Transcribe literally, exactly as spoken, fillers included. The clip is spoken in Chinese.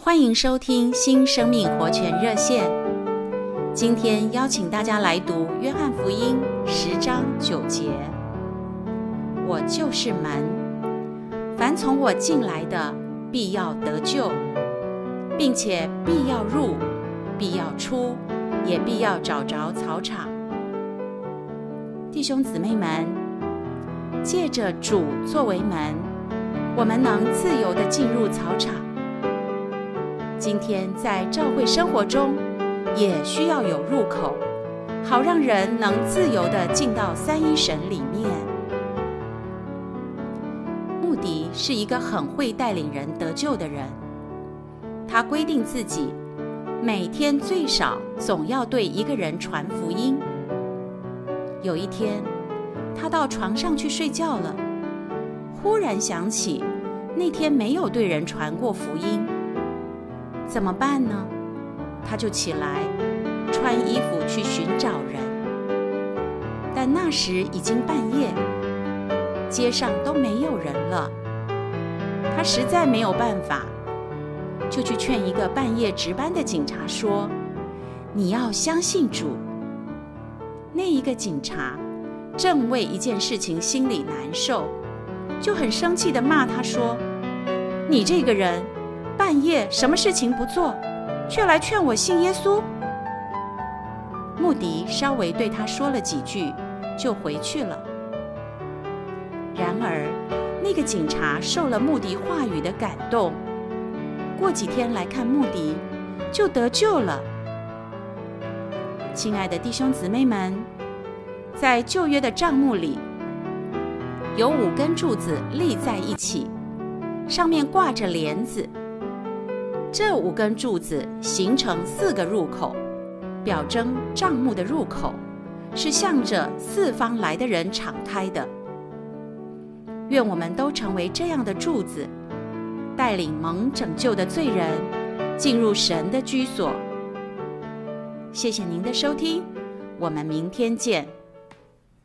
欢迎收听新生命活泉热线。今天邀请大家来读约翰福音十章九节。我就是门，凡从我进来的，必要得救，并且必要入，必要出，也必要找着草场。弟兄姊妹们，借着主作为门，我们能自由地进入草场。今天在教会生活中，也需要有入口，好让人能自由地进到三一神里面。穆迪是一个很会带领人得救的人，他规定自己每天最少总要对一个人传福音。有一天，他到床上去睡觉了，忽然想起那天没有对人传过福音，怎么办呢？他就起来穿衣服去寻找人，但那时已经半夜，街上都没有人了。他实在没有办法，就去劝一个半夜值班的警察说：你要相信主。那一个警察正为一件事情心里难受，就很生气地骂他说：你这个人半夜什么事情不做，却来劝我信耶稣。穆迪稍微对他说了几句，就回去了。然而那个警察受了穆迪话语的感动，过几天来看穆迪，就得救了。亲爱的弟兄姊妹们，在旧约的帐幕里，有五根柱子立在一起，上面挂着帘子。这五根柱子形成四个入口，表征帐幕的入口是向着四方来的人敞开的。愿我们都成为这样的柱子，带领蒙拯救的罪人进入神的居所。谢谢您的收听，我们明天见。